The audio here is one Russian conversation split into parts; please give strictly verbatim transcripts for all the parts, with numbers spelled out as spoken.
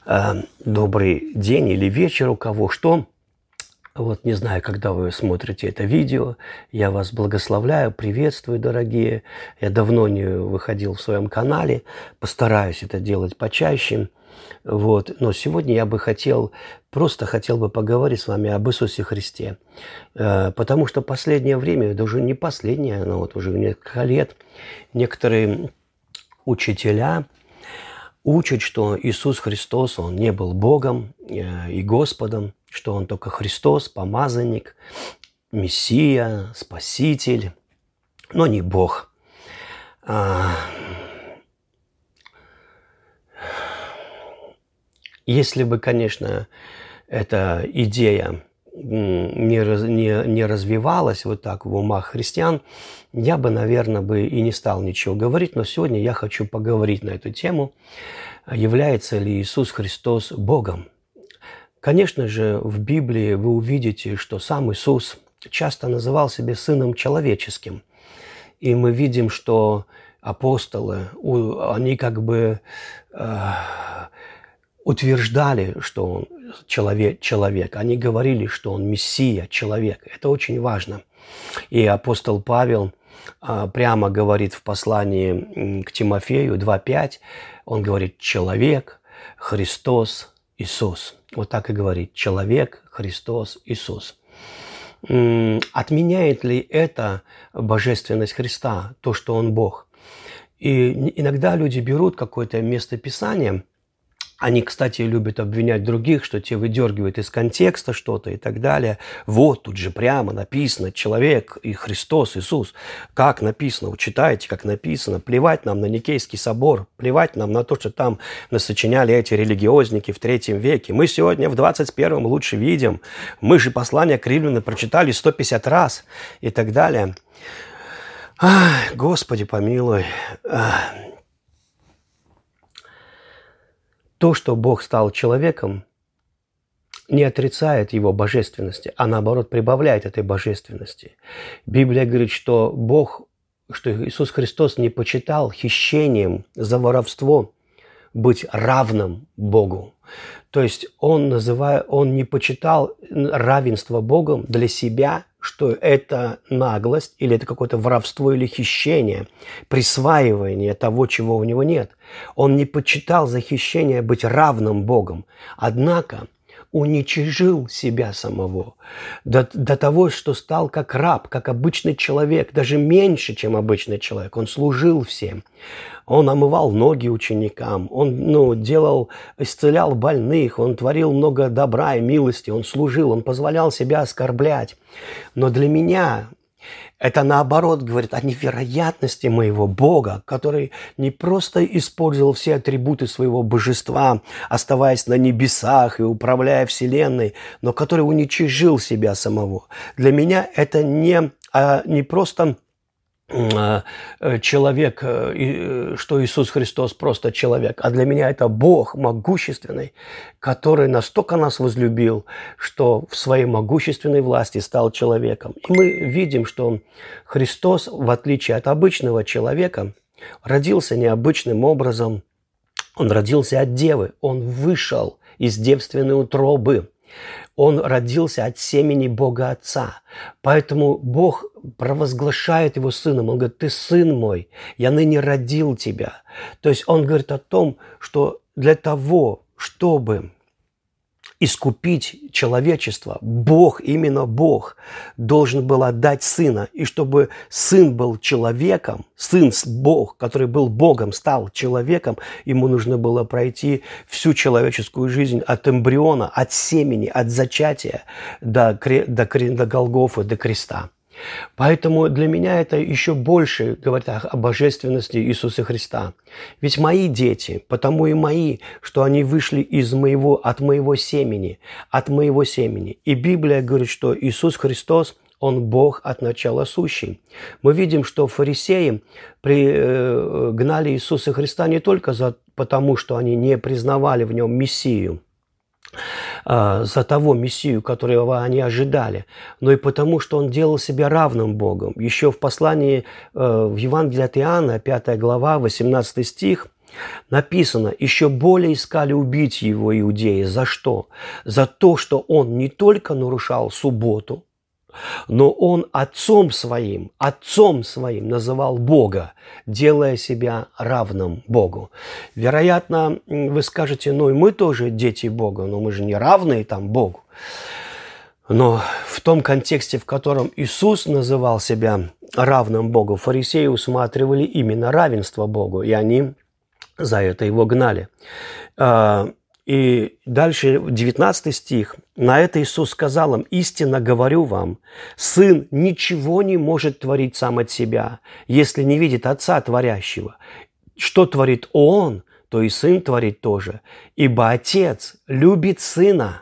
Э, Добрый день или вечер у кого что. Вот не знаю, когда вы смотрите это видео. Я вас благословляю, приветствую, дорогие. Я давно не выходил в своем канале. Постараюсь это делать почаще. Вот. Но сегодня я бы хотел, просто хотел бы поговорить с вами об Иисусе Христе. Э, Потому что последнее время, да уже не последнее, но вот уже несколько лет, некоторые учителя учат, что Иисус Христос, Он не был Богом э, и Господом, что Он только Христос, помазанник, Мессия, Спаситель, но не Бог. А, Если бы, конечно, эта идея не, раз- не, не развивалась вот так в умах христиан, я бы, наверное, бы и не стал ничего говорить, но сегодня я хочу поговорить на эту тему, является ли Иисус Христос Богом. Конечно же, в Библии вы увидите, что сам Иисус часто называл себя Сыном Человеческим. И мы видим, что апостолы, у- они как бы э, утверждали, что Он человек, человек. Они говорили, что Он Мессия, человек. Это очень важно. И апостол Павел а, прямо говорит в послании м, к Тимофею два пять, он говорит «человек, Христос, Иисус». Вот так и говорит «человек, Христос, Иисус». М, Отменяет ли это божественность Христа, то, что Он Бог? И н- иногда люди берут какое-то местописание. Они, кстати, любят обвинять других, что те выдергивают из контекста что-то и так далее. Вот тут же прямо написано «человек» и «Христос, Иисус». Как написано? Вы читаете, как написано. Плевать нам на Никейский собор, плевать нам на то, что там насочиняли эти религиозники в третьем веке. Мы сегодня в двадцать первом лучше видим. Мы же послание к римлянам прочитали сто пятьдесят раз и так далее. Ах, Господи помилуй. Ах. То, что Бог стал человеком, не отрицает его божественности, а наоборот прибавляет этой божественности. Библия говорит, что Бог, что Иисус Христос не почитал хищением за воровство быть равным Богу. То есть он, называя, он не почитал равенство Богом для себя, что это наглость или это какое-то воровство или хищение, присваивание того, чего у него нет. Он не почитал за хищение быть равным Богом, однако уничижил себя самого до, до того, что стал как раб, как обычный человек, даже меньше, чем обычный человек. Он служил всем. Он омывал ноги ученикам, он ну, делал, исцелял больных, он творил много добра и милости, он служил, он позволял себя оскорблять. Но для меня это наоборот говорит о невероятности моего Бога, который не просто использовал все атрибуты своего божества, оставаясь на небесах и управляя вселенной, но который уничижил себя самого. Для меня это не, а, не просто а, человек, и, что Иисус Христос просто человек, а для меня это Бог могущественный, который настолько нас возлюбил, что в своей могущественной власти стал человеком. И мы видим, что Христос, в отличие от обычного человека, родился необычным образом. Он родился от девы, он вышел из девственной утробы. Он родился от семени Бога Отца. Поэтому Бог провозглашает его сыном. Он говорит, ты сын мой, я ныне родил тебя. То есть он говорит о том, что для того, чтобы искупить человечество, Бог, именно Бог, должен был отдать Сына. И чтобы Сын был человеком, Сын Бог, который был Богом, стал человеком, ему нужно было пройти всю человеческую жизнь от эмбриона, от семени, от зачатия до, до, до Голгофы, до креста. Поэтому для меня это еще больше говорит о, о божественности Иисуса Христа. Ведь мои дети, потому и мои, что они вышли из моего, от моего семени, от моего семени. И Библия говорит, что Иисус Христос, Он Бог от начала сущий. Мы видим, что фарисеи при, э, гнали Иисуса Христа не только за, потому, что они не признавали в Нем Мессию, за того Мессию, которого они ожидали, но и потому, что он делал себя равным Богом. Еще в послании в Евангелии от Иоанна, пятая глава, восемнадцатый стих, Написано, еще более искали убить его иудеи. За что? За то, что он не только нарушал субботу, но он отцом своим, отцом своим называл Бога, делая себя равным Богу. Вероятно, вы скажете, ну и мы тоже дети Бога, но мы же не равные там Богу. Но в том контексте, в котором Иисус называл себя равным Богу, фарисеи усматривали именно равенство Богу, и они за это его гнали. И дальше девятнадцатый стих. «На это Иисус сказал им: истинно говорю вам, Сын ничего не может творить сам от себя, если не видит Отца творящего. Что творит Он, то и Сын творит тоже. Ибо Отец любит Сына,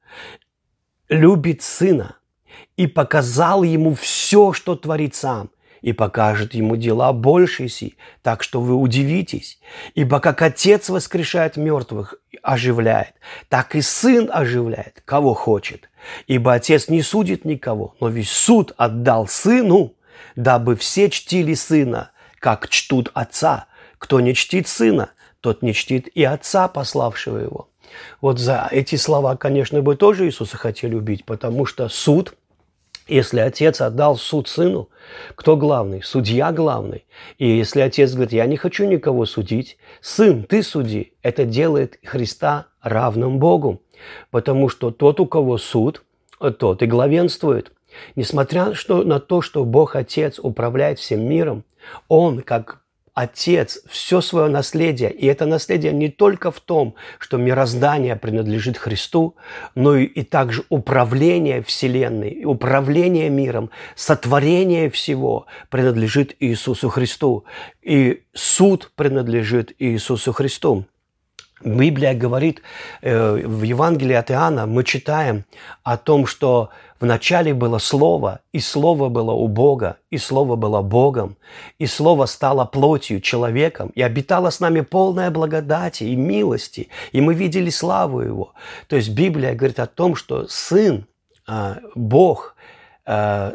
любит Сына, и показал Ему все, что творит Сам, и покажет Ему дела большие си, так что вы удивитесь. Ибо как Отец воскрешает мертвых, оживляет, так и Сын оживляет, кого хочет. Ибо Отец не судит никого, но весь суд отдал Сыну, дабы все чтили Сына, как чтут Отца. Кто не чтит Сына, тот не чтит и Отца, пославшего Его». Вот за эти слова, конечно, бы тоже Иисуса хотели убить, потому что суд, если Отец отдал суд Сыну, кто главный? Судья главный. И если Отец говорит: я не хочу никого судить, Сын, ты суди, это делает Христа равным Богу. Потому что тот, у кого суд, тот и главенствует. Несмотря на то, что Бог Отец управляет всем миром, Он, как Отец, все свое наследие, и это наследие не только в том, что мироздание принадлежит Христу, но и, и также управление Вселенной, управление миром, сотворение всего принадлежит Иисусу Христу, и суд принадлежит Иисусу Христу. Библия говорит, э, в Евангелии от Иоанна мы читаем о том, что вначале было Слово, и Слово было у Бога, и Слово было Богом, и Слово стало плотью, человеком, и обитала с нами полная благодати и милости, и мы видели славу Его. То есть Библия говорит о том, что Сын, э, Бог, э,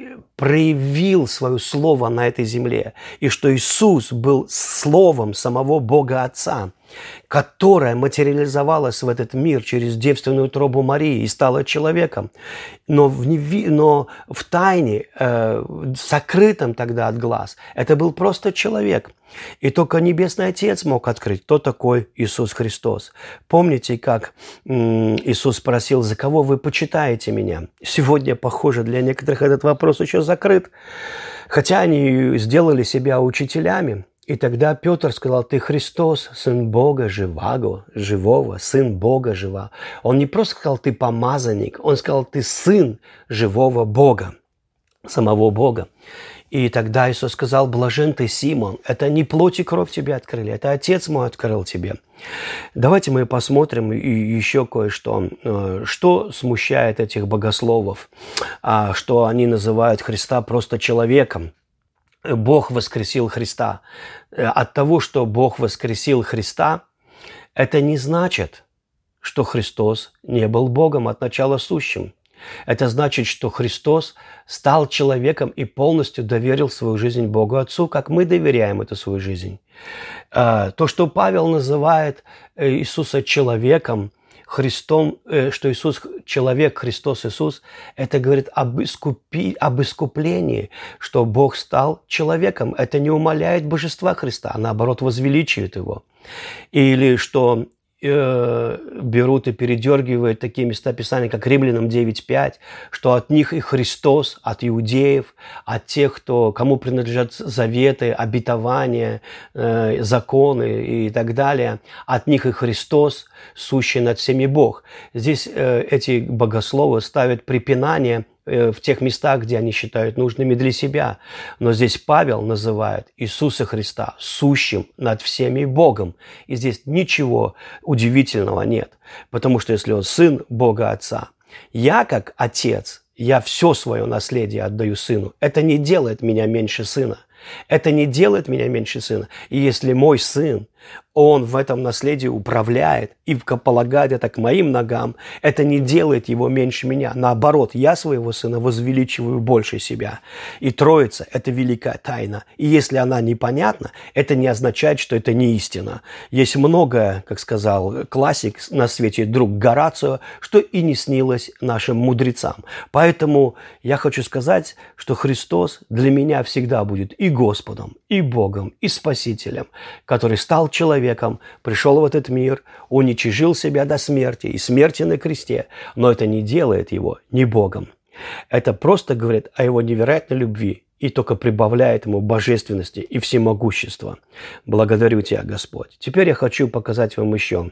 проявил свое Слово на этой земле, и что Иисус был Словом самого Бога Отца, которая материализовалась в этот мир через девственную утробу Марии и стала человеком, но в, неви... но в тайне, э, сокрытом тогда от глаз, это был просто человек. И только Небесный Отец мог открыть, кто такой Иисус Христос. Помните, как м- Иисус спросил: за кого вы почитаете меня? Сегодня, похоже, для некоторых этот вопрос еще закрыт, хотя они сделали себя учителями. И тогда Петр сказал: ты Христос, Сын Бога живаго, живого, Сын Бога жива. Он не просто сказал: ты помазанник, он сказал: ты Сын живого Бога, самого Бога. И тогда Иисус сказал: блажен ты, Симон, это не плоть и кровь тебе открыли, это Отец мой открыл тебе. Давайте мы посмотрим и еще кое-что, что смущает этих богословов, что они называют Христа просто человеком. Бог воскресил Христа. От того, что Бог воскресил Христа, это не значит, что Христос не был Богом от начала сущим. Это значит, что Христос стал человеком и полностью доверил свою жизнь Богу Отцу, как мы доверяем эту свою жизнь. То, что Павел называет Иисуса человеком, Христом, что Иисус человек, Христос Иисус, это говорит об, искупи, об искуплении, что Бог стал человеком. Это не умаляет божества Христа, а наоборот возвеличивает его. Или что э, берут и передергивают такие места Писания, как Римлянам девять пять, что от них и Христос, от иудеев, от тех, кто, кому принадлежат заветы, обетования, э, законы и так далее, от них и Христос, сущий над всеми Бог. Здесь э, эти богословы ставят препинание э, в тех местах, где они считают нужными для себя. Но здесь Павел называет Иисуса Христа сущим над всеми Богом. И здесь ничего удивительного нет. Потому что если он сын Бога Отца, я как Отец, я все свое наследие отдаю Сыну. Это не делает меня меньше Сына. Это не делает меня меньше Сына. И если мой Сын Он в этом наследии управляет и полагает это к моим ногам. Это не делает его меньше меня. Наоборот, я своего сына возвеличиваю больше себя. И Троица – это великая тайна. И если она непонятна, это не означает, что это не истина. Есть многое, как сказал классик на свете друг Горацио, что и не снилось нашим мудрецам. Поэтому я хочу сказать, что Христос для меня всегда будет и Господом, и Богом, и Спасителем, который стал человеком, пришел в этот мир, уничижил себя до смерти и смерти на кресте, но это не делает его не Богом. Это просто говорит о его невероятной любви и только прибавляет ему божественности и всемогущества. Благодарю тебя, Господь. Теперь я хочу показать вам еще.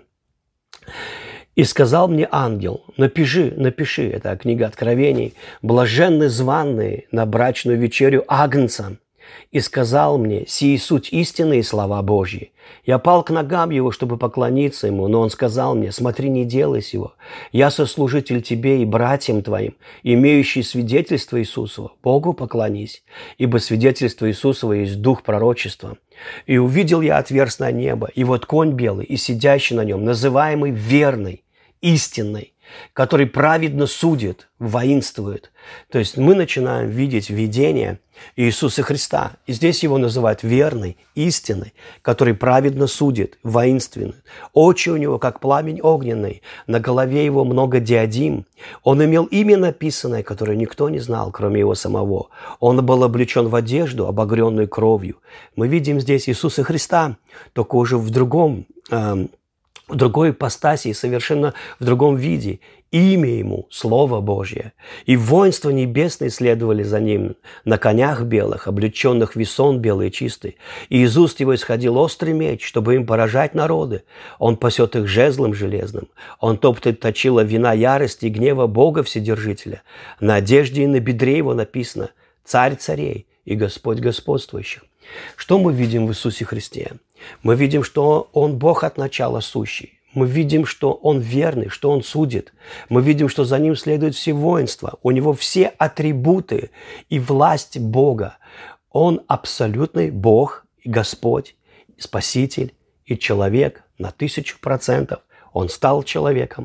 «И сказал мне ангел, напиши, напиши, это книга Откровений, блаженны званые на брачную вечерю Агнца. И сказал мне, сии суть истинные слова Божьи. Я пал к ногам его, чтобы поклониться ему, но он сказал мне, смотри, не делай сего. Я сослужитель тебе и братьям твоим, имеющий свидетельство Иисусова. Богу поклонись, ибо свидетельство Иисусова есть дух пророчества. И увидел я отверстное небо, и вот конь белый, и сидящий на нем, называемый верный, истинный, который праведно судит, воинствует». То есть мы начинаем видеть видение Иисуса Христа. И здесь его называют верный, истинный, который праведно судит, воинственный. Очи у него, как пламень огненный, на голове его много диадим. Он имел имя написанное, которое никто не знал, кроме его самого. Он был облечен в одежду, обогренную кровью. Мы видим здесь Иисуса Христа, только уже в другом э, в другой ипостаси, совершенно в другом виде. Имя ему – Слово Божье. И воинства небесные следовали за ним на конях белых, облеченных в весон белый и чистый. И из уст его исходил острый меч, чтобы им поражать народы. Он пасет их жезлом железным. Он топтает точила вина ярости и гнева Бога Вседержителя. На одежде и на бедре его написано «Царь царей и Господь господствующих». Что мы видим в Иисусе Христе? Мы видим, что Он Бог от начала сущий. Мы видим, что Он верный, что Он судит. Мы видим, что за Ним следует все воинства. У Него все атрибуты и власть Бога. Он абсолютный Бог и Господь, Спаситель и человек на тысячу процентов. Он стал человеком.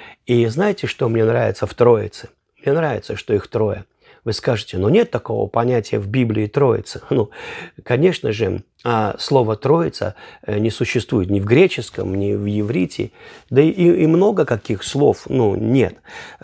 И знаете, что мне нравится в Троице? Мне нравится, что их трое. Вы скажете, ну нет такого понятия в Библии Троица. Ну, конечно же, слово Троица не существует ни в греческом, ни в иврите, да и, и много каких слов, ну, нет.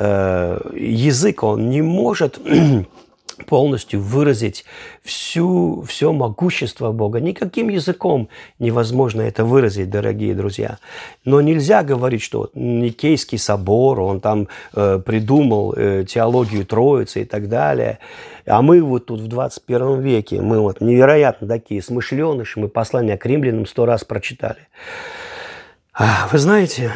Язык, он не может полностью выразить всю, все могущество Бога. Никаким языком невозможно это выразить, дорогие друзья. Но нельзя говорить, что Никейский собор, он там э, придумал э, теологию Троицы и так далее. А мы вот тут в двадцать первом веке, мы вот невероятно такие смышленыши, мы послание к римлянам сто раз прочитали. Вы знаете,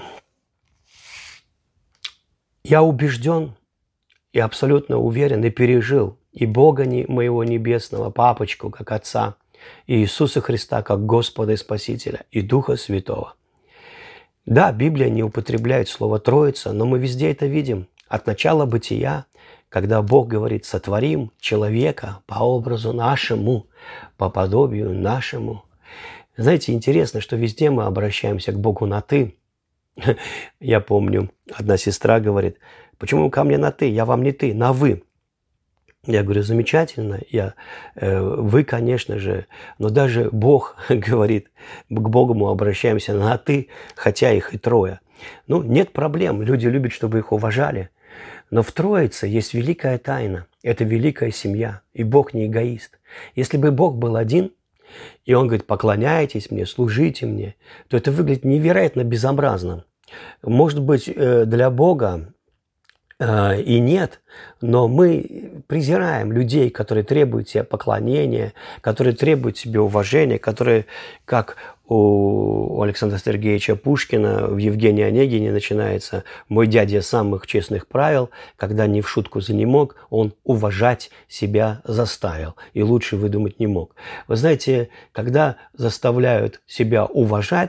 я убежден, и абсолютно уверен, и пережил и Бога моего небесного, Папочку, как Отца, и Иисуса Христа, как Господа и Спасителя, и Духа Святого. Да, Библия не употребляет слово «троица», но мы везде это видим. От начала бытия, когда Бог говорит «сотворим человека по образу нашему, по подобию нашему». Знаете, интересно, что везде мы обращаемся к Богу на «ты». Я помню, одна сестра говорит: «Почему ко мне на «ты»? Я вам не «ты», на «вы». Я говорю: замечательно, я, э, вы, конечно же, но даже Бог говорит, к Богу мы обращаемся на «ты», хотя их и трое. Ну, нет проблем, люди любят, чтобы их уважали. Но в Троице есть великая тайна, это великая семья, и Бог не эгоист. Если бы Бог был один, и Он говорит: поклоняйтесь мне, служите мне, то это выглядит невероятно безобразно. Может быть, для Бога и нет, но мы презираем людей, которые требуют себе поклонения, которые требуют себе уважения, которые, как у Александра Сергеевича Пушкина в Евгении Онегине начинается: «Мой дядя самых честных правил, когда не в шутку занемог, он уважать себя заставил, и лучше выдумать не мог». Вы знаете, когда заставляют себя уважать,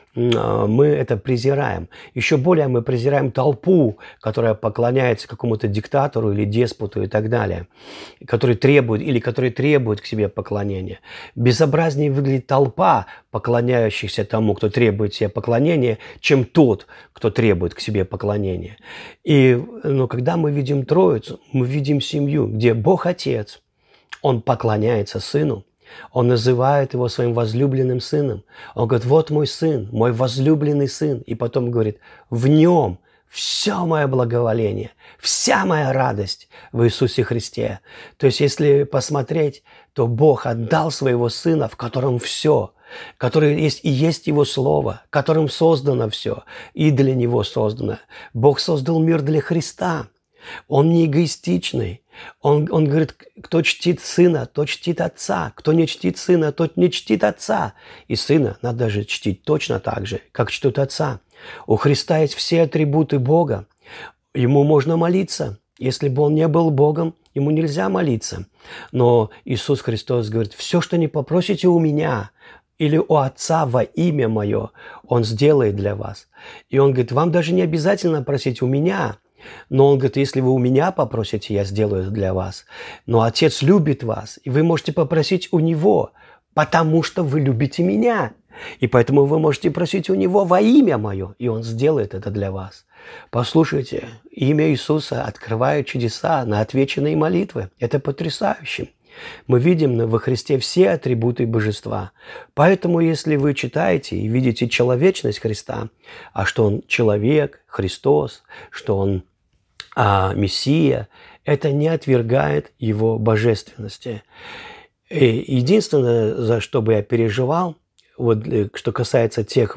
мы это презираем. Еще более мы презираем толпу, которая поклоняется какому-то диктатору или деспоту и так далее, который требует или который требует к себе поклонения. Безобразнее выглядит толпа, поклоняющихся тому, кто требует себе поклонения, чем тот, кто требует к себе поклонения. И но когда мы видим Троицу, мы видим семью, где Бог Отец, Он поклоняется Сыну, Он называет его своим возлюбленным сыном. Он говорит: вот мой сын, мой возлюбленный сын. И потом говорит: в нем все мое благоволение, вся моя радость в Иисусе Христе. То есть, если посмотреть, то Бог отдал своего Сына, в котором все, который есть и есть Его Слово, которым создано все, и для Него создано. Бог создал мир для Христа. Он не эгоистичный. Он, он говорит: кто чтит Сына, тот чтит Отца. Кто не чтит Сына, тот не чтит Отца. И Сына надо же чтить точно так же, как чтут Отца. У Христа есть все атрибуты Бога. Ему можно молиться. Если бы Он не был Богом, Ему нельзя молиться. Но Иисус Христос говорит: все, что не попросите у Меня или у Отца во имя Мое, Он сделает для вас. И Он говорит: вам даже не обязательно просить у Меня. Но Он говорит: если вы у Меня попросите, я сделаю это для вас. Но Отец любит вас, и вы можете попросить у Него, потому что вы любите Меня. И поэтому вы можете просить у Него во имя Мое, и Он сделает это для вас. Послушайте, имя Иисуса открывает чудеса на отвеченные молитвы. Это потрясающе. Мы видим во Христе все атрибуты божества. Поэтому, если вы читаете и видите человечность Христа, а что Он человек, Христос, что Он а, Мессия, это не отвергает Его божественности. И единственное, за что бы я переживал, вот, что касается тех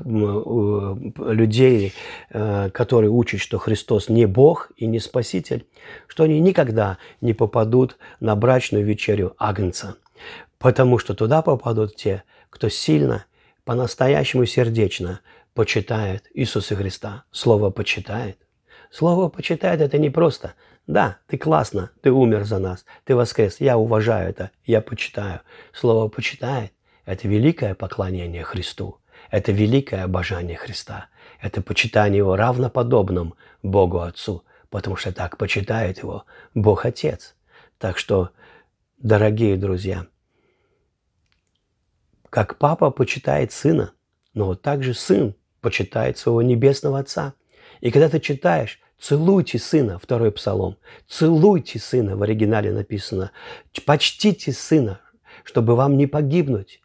людей, которые учат, что Христос не Бог и не Спаситель, что они никогда не попадут на брачную вечерю Агнца, потому что туда попадут те, кто сильно, по-настоящему сердечно почитает Иисуса Христа. Слово «почитает». Слово «почитает» – это не просто «да, ты классно, ты умер за нас, ты воскрес, я уважаю это, я почитаю». Слово «почитает» – это великое поклонение Христу, это великое обожание Христа, это почитание Его равноподобным Богу Отцу, потому что так почитает Его Бог Отец. Так что, дорогие друзья, как Папа почитает Сына, но вот так же Сын почитает своего Небесного Отца. И когда ты читаешь «Целуйте Сына», второй Псалом, «Целуйте Сына», в оригинале написано, «Почтите Сына», чтобы вам не погибнуть,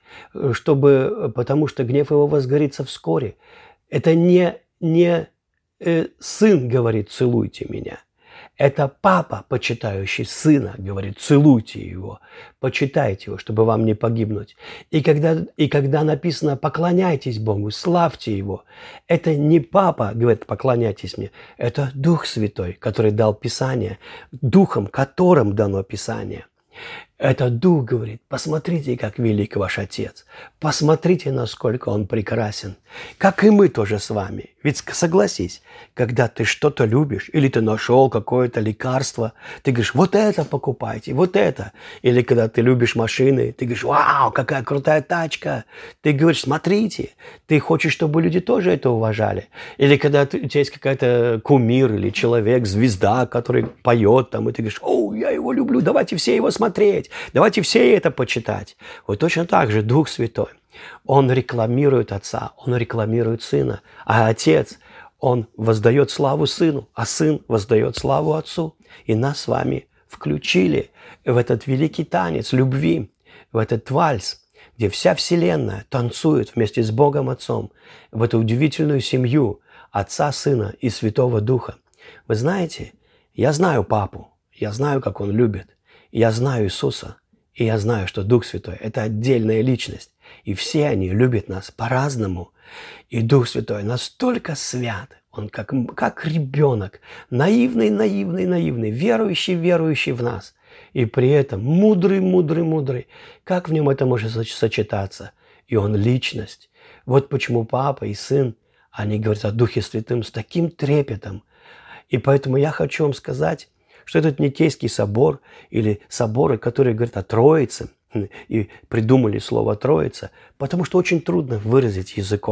чтобы, потому что гнев Его возгорится вскоре. Это не, не э, Сын говорит «целуйте меня». Это Папа, почитающий Сына, говорит: целуйте Его, почитайте Его, чтобы вам не погибнуть. И когда, и когда написано «поклоняйтесь Богу, славьте Его», это не Папа говорит «поклоняйтесь мне», это Дух Святой, который дал Писание, Духом, которым дано Писание. Это Дух говорит: посмотрите, как велик ваш Отец, посмотрите, насколько Он прекрасен, как и мы тоже с вами. Ведь согласись, когда ты что-то любишь, или ты нашел какое-то лекарство, ты говоришь: вот это покупайте, вот это. Или когда ты любишь машины, ты говоришь: вау, какая крутая тачка. Ты говоришь: смотрите, ты хочешь, чтобы люди тоже это уважали. Или когда ты, у тебя есть какая-то кумир или человек, звезда, который поет там, и ты говоришь: о, я его люблю, давайте все его смотреть. Давайте все это почитать. Вот точно так же Дух Святой. Он рекламирует Отца, Он рекламирует Сына. А Отец, Он воздает славу Сыну, а Сын воздает славу Отцу. И нас с вами включили в этот великий танец любви, в этот вальс, где вся Вселенная танцует вместе с Богом Отцом, в эту удивительную семью Отца, Сына и Святого Духа. Вы знаете, я знаю Папу, я знаю, как Он любит. Я знаю Иисуса, и я знаю, что Дух Святой – это отдельная личность. И все они любят нас по-разному. И Дух Святой настолько свят, Он как, как ребенок, наивный, наивный, наивный, верующий, верующий в нас. И при этом мудрый, мудрый, мудрый. Как в Нем это может сочетаться? И Он личность. Вот почему Папа и Сын, они говорят о Духе Святым с таким трепетом. И поэтому я хочу вам сказать, что этот Никейский собор или соборы, которые говорят о Троице, и придумали слово «Троица», потому что очень трудно выразить языком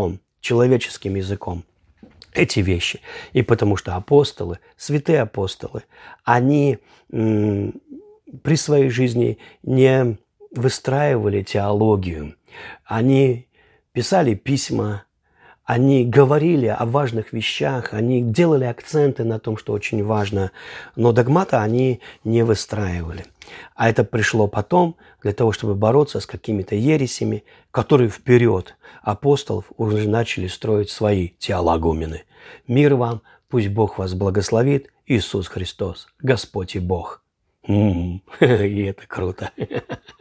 человеческим языком эти вещи. И потому что апостолы, святые апостолы, они м, при своей жизни не выстраивали теологию. Они писали письма, они говорили о важных вещах, они делали акценты на том, что очень важно, но догмата они не выстраивали. А это пришло потом для того, чтобы бороться с какими-то ересями, которые вперед апостолов уже начали строить свои теологумены. Мир вам, пусть Бог вас благословит, Иисус Христос, Господь и Бог. М-м-м. И это круто.